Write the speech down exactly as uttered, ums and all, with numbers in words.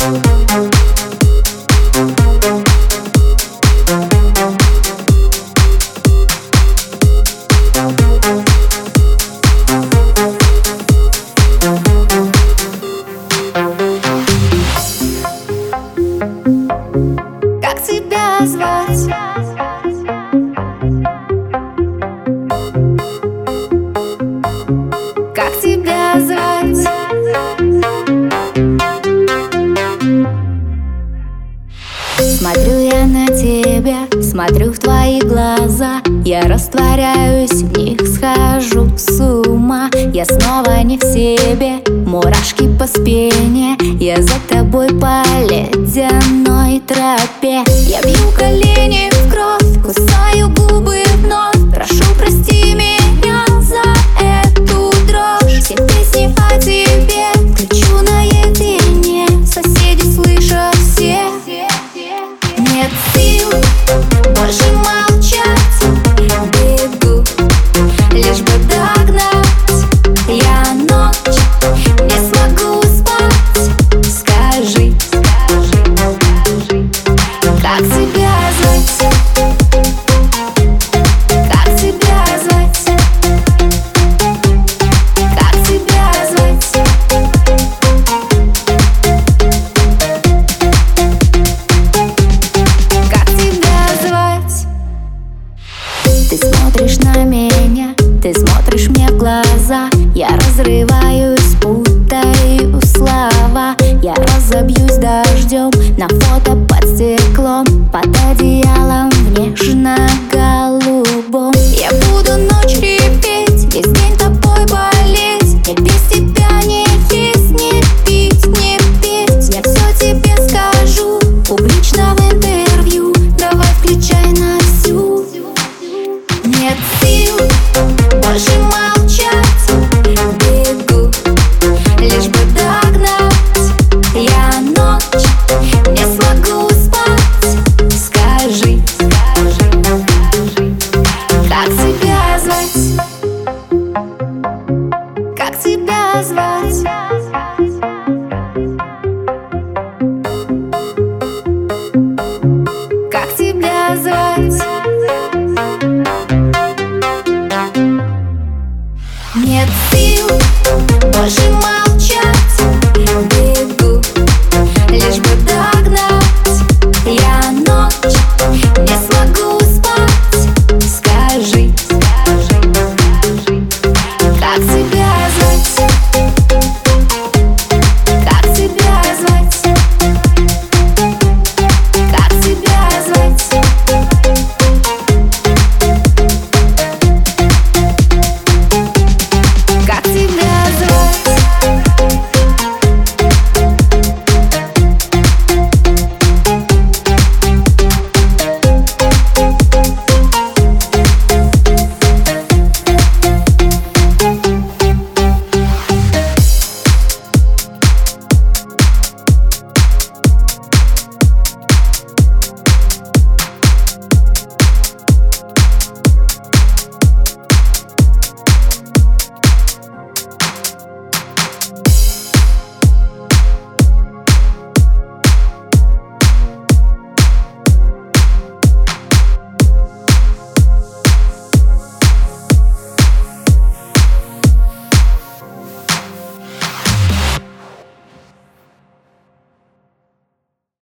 Как тебя звать? Как тебя звать? Смотрю я на тебя, смотрю в твои глаза. Я растворяюсь в них, схожу с ума. Я снова не в себе, мурашки по спине. Я за тобой по ледяной тропе. Я бью колени в кровь, кусаю губы вновь. Прошу, прости меня за эту дрожь. Все песни о тебе кричу наедине. Соседи слышат все. Нет сил больше молчать. Бегу, лишь бы догнать. Я ночь не смогу спать. Скажи, скажи, скажи, как тебя звать? Как тебя звать? Как тебя звать? Как тебя звать? Ты смотришь на меня, ты смотришь мне в глаза. Я разрываюсь, путаю слова. Я разобьюсь дождем на фото под стеклом, под одеялом в нежно-голубом. Я буду ночь